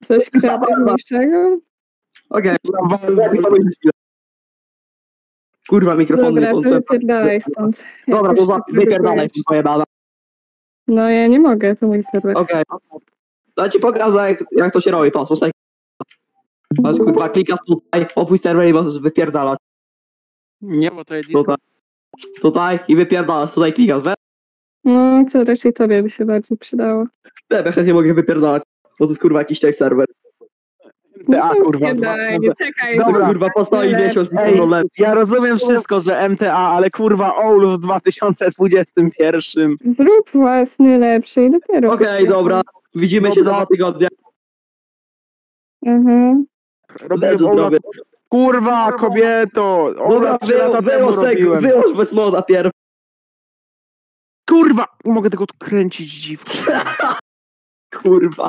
Coś kreatywniejszego? Okej. Kurwa, mikrofon Dobra, nie to potrzebny. wypierdalaj stąd. Dobra, Jak to już tak wypierdalaj, produkujesz. pojebana. No ja nie mogę, to mój serwer. Okej. To ci pokażę, jak to się robi. Patrz, posłuchaj. Patrz, kurwa, klikasz tutaj, opuść serwer i możesz wypierdalać. Nie, bo to jest Tutaj i wypierdalasz, tutaj klikasz, we? No, to raczej tobie by się bardzo przydało. Ja chętnie mogę wypierdalać, bo to jest kurwa jakiś tech serwer. MTA, kurwa. Pierdalaj, nie czekaj. Dobra, zrób Kurwa, postoi tyle. miesiąc i Ej, problem. ja rozumiem wszystko, że MTA, ale kurwa Oulu w 2021. Zrób własny lepszy i dopiero. Okej, dobra. Widzimy się za 2 tygodnie. Mhm. Robiłem Dobrze, Oula. zdrowie. Kurwa, kobieto! Dobra, 3 lata temu robiłem. wyłącz bez moda pierw. Kurwa! Nie mogę tego kręcić, dziwko. Kurwa.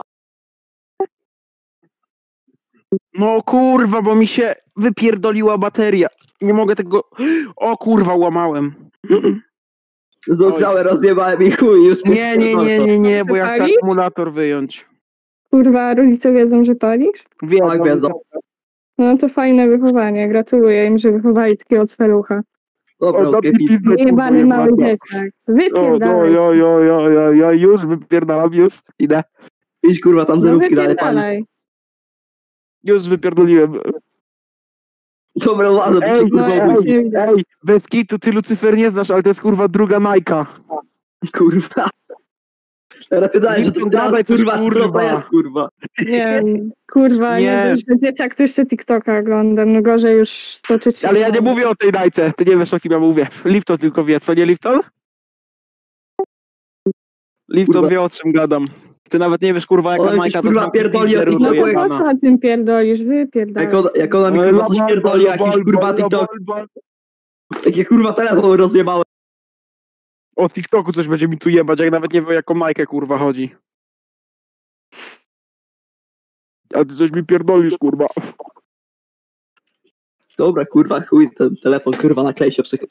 No kurwa, bo mi się wypierdoliła bateria. Nie mogę tego... O kurwa, łamałem. Zdążałem, rozjebałem i chuj, już Nie, bo ja chcę Palisz? akumulator wyjąć. Kurwa, rodzice wiedzą, że palisz? Tak wiedzą. No to fajne wychowanie. Gratuluję im, że wychowali takiego cwelucha. Dobra, okej, pizd. Jebany mały dzieciak. Wypierdalaj. Ja już wypierdalam, już idę. Idź kurwa tam No zerówki dalej pani. wypierdalaj. Już wypierdoliłem. Dobra, ładno, Ej, kurwa, no, obójść. nie widać. Ej, bez kitu, ty Lucyfer nie znasz, ale to jest kurwa druga Majka. Kurwa. Teraz pytanie, że to Wiktor, teraz dawaj coś, kurwa, co to kurwa. jest kurwa. Nie, kurwa, nie Nie. dość, że dzieciak to jeszcze TikToka oglądam. No gorzej już stoczyć się. Ale ja nie mówię o tej Najce, ty nie wiesz o kim ja mówię. Lipton tylko wie, co nie Lipton? Lipton Kurwa. wie o czym gadam. Ty nawet nie wiesz kurwa jaka O, jakiś, Majka to kurwa, znam pierdoli o pizdę TikToku, rudo jak Po jebana. co o tym pierdolisz? Wypierdalaj. Jak ona mi kurwa coś pierdoli, jakiś kurwa TikTok. Jak ja kurwa telefon rozjebałem. O TikToku coś będzie mi tu jebać, jak nawet nie wiem o jaką Majkę kurwa chodzi. A ty coś mi pierdolisz kurwa. Dobra, kurwa, chuj, ten telefon, kurwa, naklej się psych.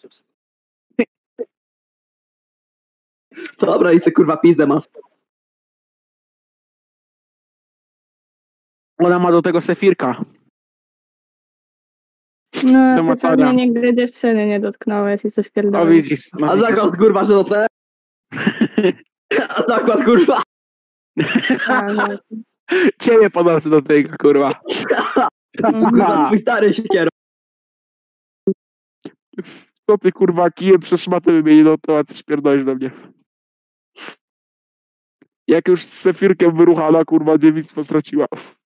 Dobra, i se kurwa pizdę masz. Ona ma do tego sefirka. No, Do ty macania. pewnie nigdy dziewczyny nie dotknąłeś i coś A pierdolisz. widzisz. A zakład kurwa, że to te? A zakład kurwa. A, no. Ciebie podnoszę do tego kurwa. Kurwa, twój stary się kieruje. Co ty kurwa kijem przez szmatę wymieni, no to a ty pierdolisz do mnie. Jak już z sefirkiem wyruchana kurwa dziewictwo straciła.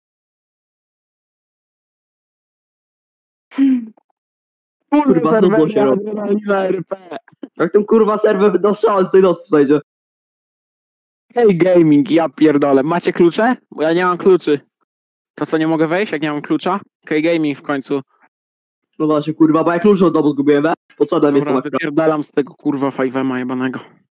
Kurwa, co było się robi? Jak ten kurwa serwer do strzału z tej nocy przejdzie. Hej gaming, ja pierdolę. Macie klucze? Bo ja nie mam kluczy. To co, nie mogę wejść, jak nie mam klucza? Hej gaming w końcu. No właśnie, kurwa, bo jak klucz od domu zgubiłem, we? Po co ode mnie Dobra, sama wypierdalam z tego kurwa 5M jebanego.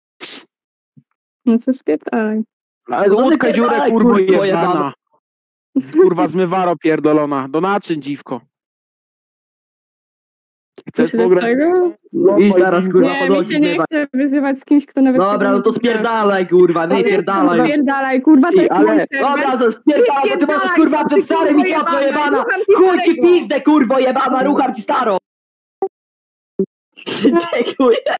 No co spierdalaj. Ale No to łódkę dziurę wypierdalaj, kurwo kurwo jebana. Kurwa zmywaro pierdolona. Do naczyń dziwko. Chcesz Coś pograć? lepszego? No idź teraz, kurwa, Nie, mi podłogi się nie zmywaj. chce wyzywać z kimś, kto nawet... Dobra, tego no nie to zna. spierdalaj, kurwa, nie pierdalaj. Spierdalaj, kurwa, to jest Ale- mój serwer. Dobra, to spierdalaj, bo ty możesz, kurwa, przed starym i ciotko jebana. Rucham ci Chuj ci starego. pizdę, kurwo jebana, rucham ci staro. Dziękuję.